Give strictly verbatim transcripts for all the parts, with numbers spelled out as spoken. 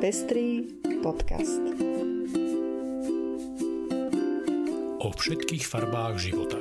Pestrý podcast. O všetkých farbách života.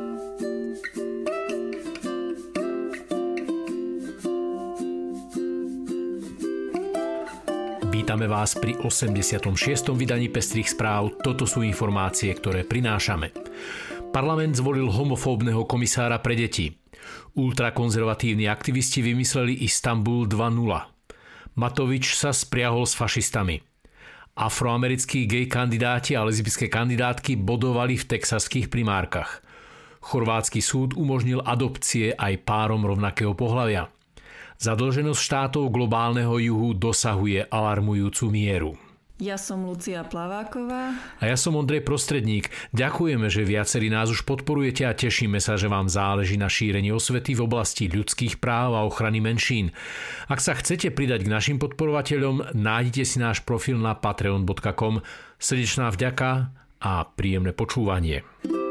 Vítame vás pri osemdesiatom šiestom vydaní Pestrých správ. Toto sú informácie, ktoré prinášame. Parlament zvolil homofóbneho komisára pre deti. Ultrakonzervatívni aktivisti vymysleli Istanbul dva nula. Matovič sa spriahol s fašistami. Afroamerickí gay kandidáti a lesbické kandidátky bodovali v texaských primárkach. Chorvátsky súd umožnil adopcie aj párom rovnakého pohlavia. Zadlženosť štátov globálneho juhu dosahuje alarmujúcu mieru. Ja som Lucia Plaváková. A ja som Ondrej Prostredník. Ďakujeme, že viacerí nás už podporujete a tešíme sa, že vám záleží na šírení osvety v oblasti ľudských práv a ochrany menšín. Ak sa chcete pridať k našim podporovateľom, nájdite si náš profil na patreon bodka com. Srdečná vďaka a príjemné počúvanie.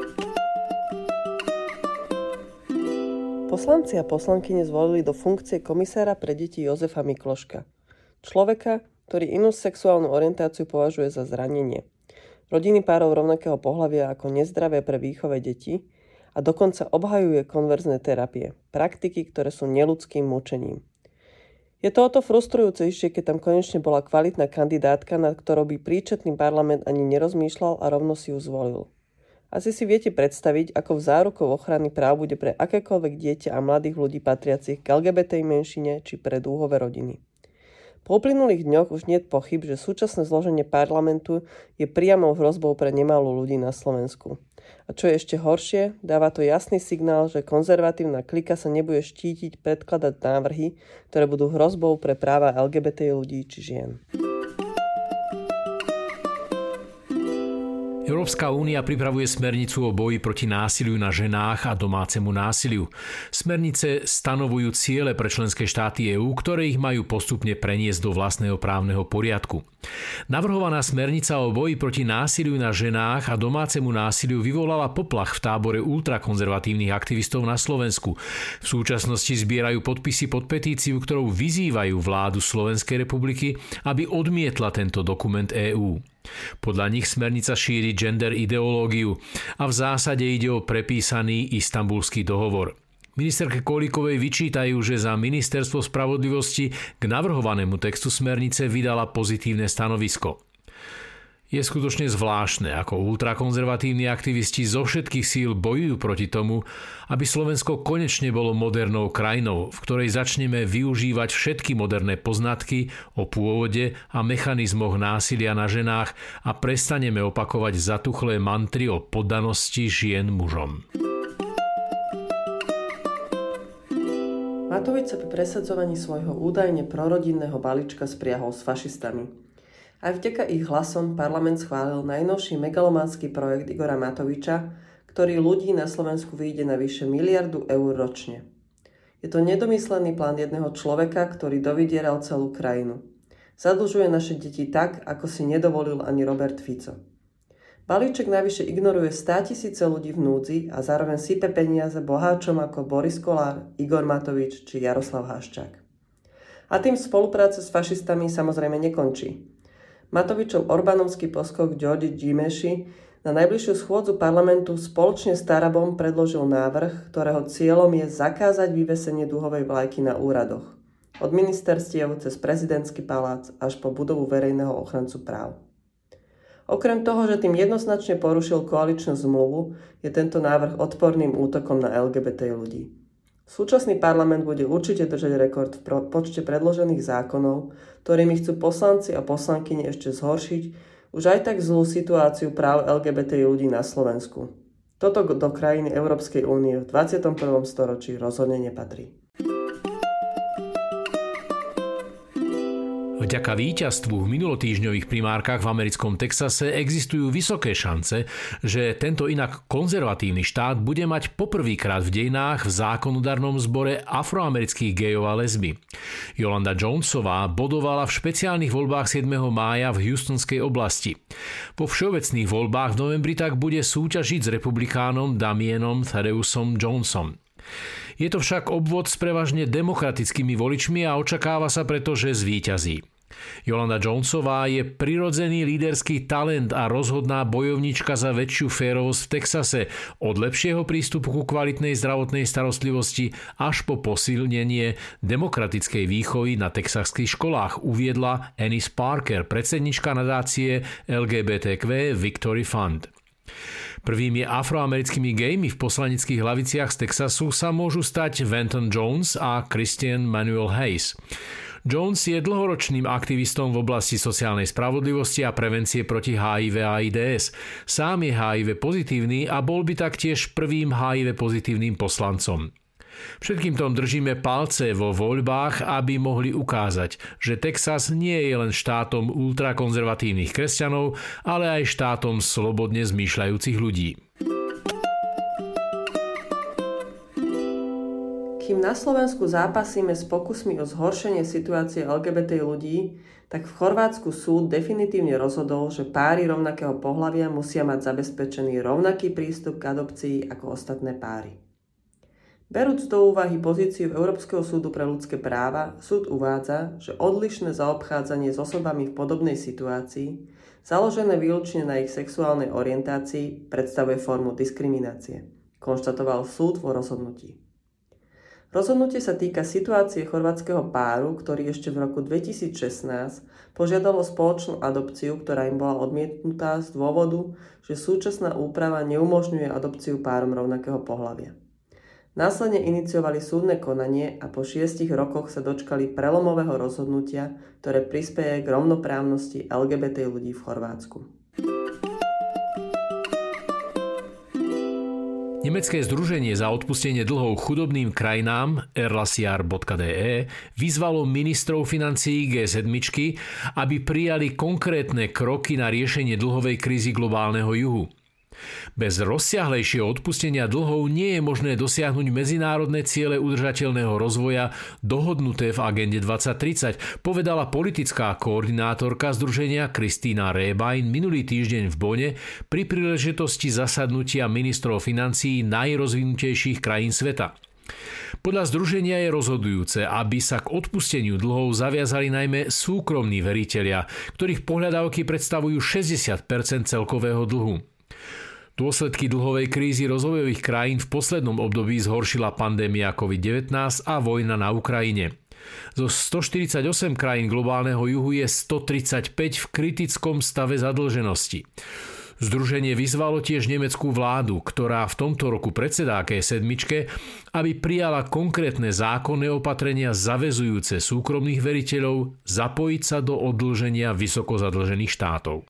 Poslanci a poslankyne zvolili do funkcie komisára pre deti Jozefa Mikloška. Človeka, ktorý inú sexuálnu orientáciu považuje za zranenie. Rodiny párov rovnakého pohlavia ako nezdravé pre výchove detí a dokonca obhajuje konverzné terapie, praktiky, ktoré sú neľudským mučením. Je to o to frustrujúcejšie, keď tam konečne bola kvalitná kandidátka, nad ktorou by príčetný parlament ani nerozmýšľal a rovno si ju zvolil. Asi si viete predstaviť, ako v zárukou ochrany práv bude pre akékoľvek dieťa a mladých ľudí patriacich k el gé bé té í menšine či pre dúhové rodiny. Po uplynulých dňoch už niet pochyb, že súčasné zloženie parlamentu je priamou hrozbou pre nemálo ľudí na Slovensku. A čo je ešte horšie, dáva to jasný signál, že konzervatívna klika sa nebude štítiť predkladať návrhy, ktoré budú hrozbou pre práva el gé bé té í ľudí či žien. Európska únia pripravuje smernicu o boji proti násiliu na ženách a domácemu násiliu. Smernice stanovujú ciele pre členské štáty EÚ, ktoré ich majú postupne preniesť do vlastného právneho poriadku. Navrhovaná smernica o boji proti násiliu na ženách a domácemu násiliu vyvolala poplach v tábore ultrakonzervatívnych aktivistov na Slovensku. V súčasnosti zbierajú podpisy pod petíciu, ktorou vyzývajú vládu Slovenskej republiky, aby odmietla tento dokument EÚ. Podľa nich smernica šíri gender ideológiu a v zásade ide o prepísaný Istanbulský dohovor. Ministerke Kolíkovej vyčítajú, že za ministerstvo spravodlivosti k navrhovanému textu smernice vydala pozitívne stanovisko. Je skutočne zvláštne, ako ultrakonzervatívni aktivisti zo všetkých síl bojujú proti tomu, aby Slovensko konečne bolo modernou krajinou, v ktorej začneme využívať všetky moderné poznatky o pôvode a mechanizmoch násilia na ženách a prestaneme opakovať zatuchlé mantry o poddanosti žien mužom. Matovič sa pri presadzovaní svojho údajne prorodinného balíčka spriahol s fašistami. Aj vďaka ich hlasom parlament schválil najnovší megalománsky projekt Igora Matoviča, ktorý ľudí na Slovensku vyjde na vyše miliardu eur ročne. Je to nedomyslený plán jedného človeka, ktorý dovydieral celú krajinu. Zadlžuje naše deti tak, ako si nedovolil ani Robert Fico. Balíček navyše ignoruje státisíce ľudí v núdzi a zároveň sype peniaze boháčom ako Boris Kollár, Igor Matovič či Jaroslav Haščák. A tým spolupráca s fašistami samozrejme nekončí. Matovičov orbánovský poskok György Gyimesi na najbližšiu schôdzu parlamentu spoločne s Tarabom predložil návrh, ktorého cieľom je zakázať vyvesenie duhovej vlajky na úradoch. Od ministerstiev cez prezidentský palác až po budovu verejného ochrancu práv. Okrem toho, že tým jednoznačne porušil koaličnú zmluvu, je tento návrh odporným útokom na el gé bé té ľudí. Súčasný parlament bude určite držať rekord v počte predložených zákonov, ktorými chcú poslanci a poslankyne ešte zhoršiť už aj tak zlú situáciu práv el gé bé té ľudí na Slovensku. Toto do krajiny Európskej únie v dvadsiatom prvom storočí rozhodne nepatrí. Vďaka víťazstvu v minulotýždňových primárkach v americkom Texase existujú vysoké šance, že tento inak konzervatívny štát bude mať poprvýkrát v dejinách v zákonodarnom zbore afroamerických gejov a lesby. Yolanda Jonesová bodovala v špeciálnych voľbách siedmeho mája v Houstonskej oblasti. Po všeobecných voľbách v novembri tak bude súťažiť s republikánom Damienom Thaddeussom Jonesom. Je to však obvod s prevažne demokratickými voličmi a očakáva sa preto, že zvíťazí. Yolanda Jonesová je prirodzený líderský talent a rozhodná bojovnička za väčšiu férovosť v Texase, od lepšieho prístupu ku kvalitnej zdravotnej starostlivosti až po posilnenie demokratickej výchovy na texaských školách, uviedla Annis Parker, predsednička nadácie el gé bé té kvé Victory Fund. Prvými afroamerickými gejmi v poslaneckých hlaviciach z Texasu sa môžu stať Venton Jones a Christian Manuel Hayes. Jones je dlhoročným aktivistom v oblasti sociálnej spravodlivosti a prevencie proti há í vé a AIDS. Sám je há í vé pozitívny a bol by taktiež prvým há í vé pozitívnym poslancom. Všetkým tom držíme palce vo voľbách, aby mohli ukázať, že Texas nie je len štátom ultrakonzervatívnych kresťanov, ale aj štátom slobodne zmýšľajúcich ľudí. Kým na Slovensku zápasíme s pokusmi o zhoršenie situácie el gé bé té ľudí, tak v Chorvátsku súd definitívne rozhodol, že páry rovnakého pohlavia musia mať zabezpečený rovnaký prístup k adopcii ako ostatné páry. Berúc do úvahy pozíciu Európskeho súdu pre ľudské práva, súd uvádza, že odlišné zaobchádzanie s osobami v podobnej situácii, založené výlučne na ich sexuálnej orientácii, predstavuje formu diskriminácie, konštatoval súd vo rozhodnutí. Rozhodnutie sa týka situácie chorvátskeho páru, ktorý ešte v roku dvetisícšestnásť požiadal o spoločnú adopciu, ktorá im bola odmietnutá z dôvodu, že súčasná úprava neumožňuje adopciu párom rovnakého pohlavia. Následne iniciovali súdne konanie a po šiestich rokoch sa dočkali prelomového rozhodnutia, ktoré prispeje k rovnoprávnosti el gé bé té ľudí v Chorvátsku. Nemecké združenie za odpustenie dlhov chudobným krajinám erlasiar bodka dé é vyzvalo ministrov financií gé sedem, aby prijali konkrétne kroky na riešenie dlhovej krízy globálneho juhu. Bez rozsiahlejšieho odpustenia dlhov nie je možné dosiahnuť medzinárodné ciele udržateľného rozvoja dohodnuté v agende dvadsať tridsať, povedala politická koordinátorka združenia Kristína Rehbein minulý týždeň v Bonne pri príležitosti zasadnutia ministrov financií najrozvinutejších krajín sveta. Podľa združenia je rozhodujúce, aby sa k odpusteniu dlhov zaviazali najmä súkromní veritelia, ktorých pohľadávky predstavujú šesťdesiat percent celkového dlhu. Dôsledky dlhovej krízy rozvojových krajín v poslednom období zhoršila pandémia covid devätnásť a vojna na Ukrajine. Zo stoštyridsaťosem krajín globálneho juhu je stotridsaťpäť v kritickom stave zadlženosti. Združenie vyzvalo tiež nemeckú vládu, ktorá v tomto roku predsedá gé sedem, aby prijala konkrétne zákonné opatrenia zaväzujúce súkromných veriteľov zapojiť sa do oddlženia vysoko zadlžených štátov.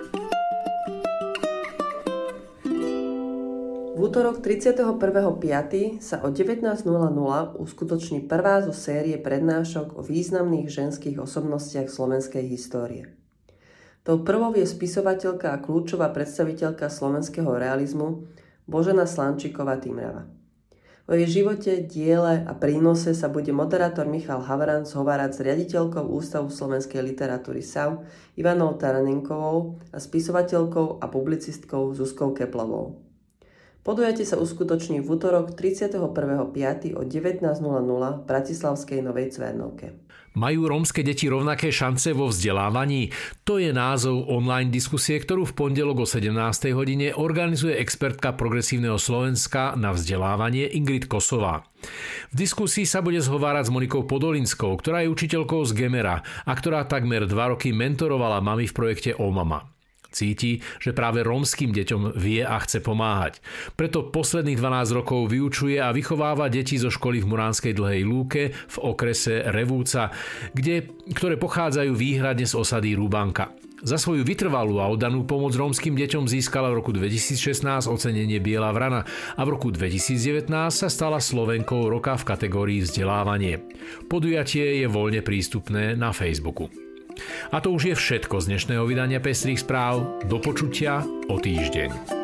V útorok tridsiateho prvého piateho sa o devätnásť nula nula uskutoční prvá zo série prednášok o významných ženských osobnostiach slovenskej histórie. Tou prvou je spisovateľka a kľúčová predstaviteľka slovenského realizmu Božena Slančíková-Timrava. O jej živote, diele a prínose sa bude moderátor Michal Havran zhovárať s riaditeľkou Ústavu slovenskej literatúry es á ú Ivanou Taranenkovou a spisovateľkou a publicistkou Zuzkou Keplovou. Podujatie sa uskutoční v útorok tridsiateho prvého piateho o devätnásť nula nula v bratislavskej Novej Cvernovke. Majú rómske deti rovnaké šance vo vzdelávaní? To je názov online diskusie, ktorú v pondelok o sedemnástej hodine organizuje expertka Progresívneho Slovenska na vzdelávanie Ingrid Kosová. V diskusii sa bude zhovárať s Monikou Podolinskou, ktorá je učiteľkou z Gemera a ktorá takmer dva roky mentorovala mami v projekte O Mama. Cíti, že práve rómskym deťom vie a chce pomáhať. Preto posledných dvanásť rokov vyučuje a vychováva deti zo školy v Muránskej Dlhej Lúke v okrese Revúca, kde, ktoré pochádzajú výhradne z osady Rúbanka. Za svoju vytrvalú a oddanú pomoc rómskym deťom získala v roku dvetisícšestnásť ocenenie Biela vrana a v roku dvetisícdevätnásť sa stala Slovenkou roka v kategórii vzdelávanie. Podujatie je voľne prístupné na Facebooku. A to už je všetko z dnešného vydania Pestrých správ. Do počutia o týždeň.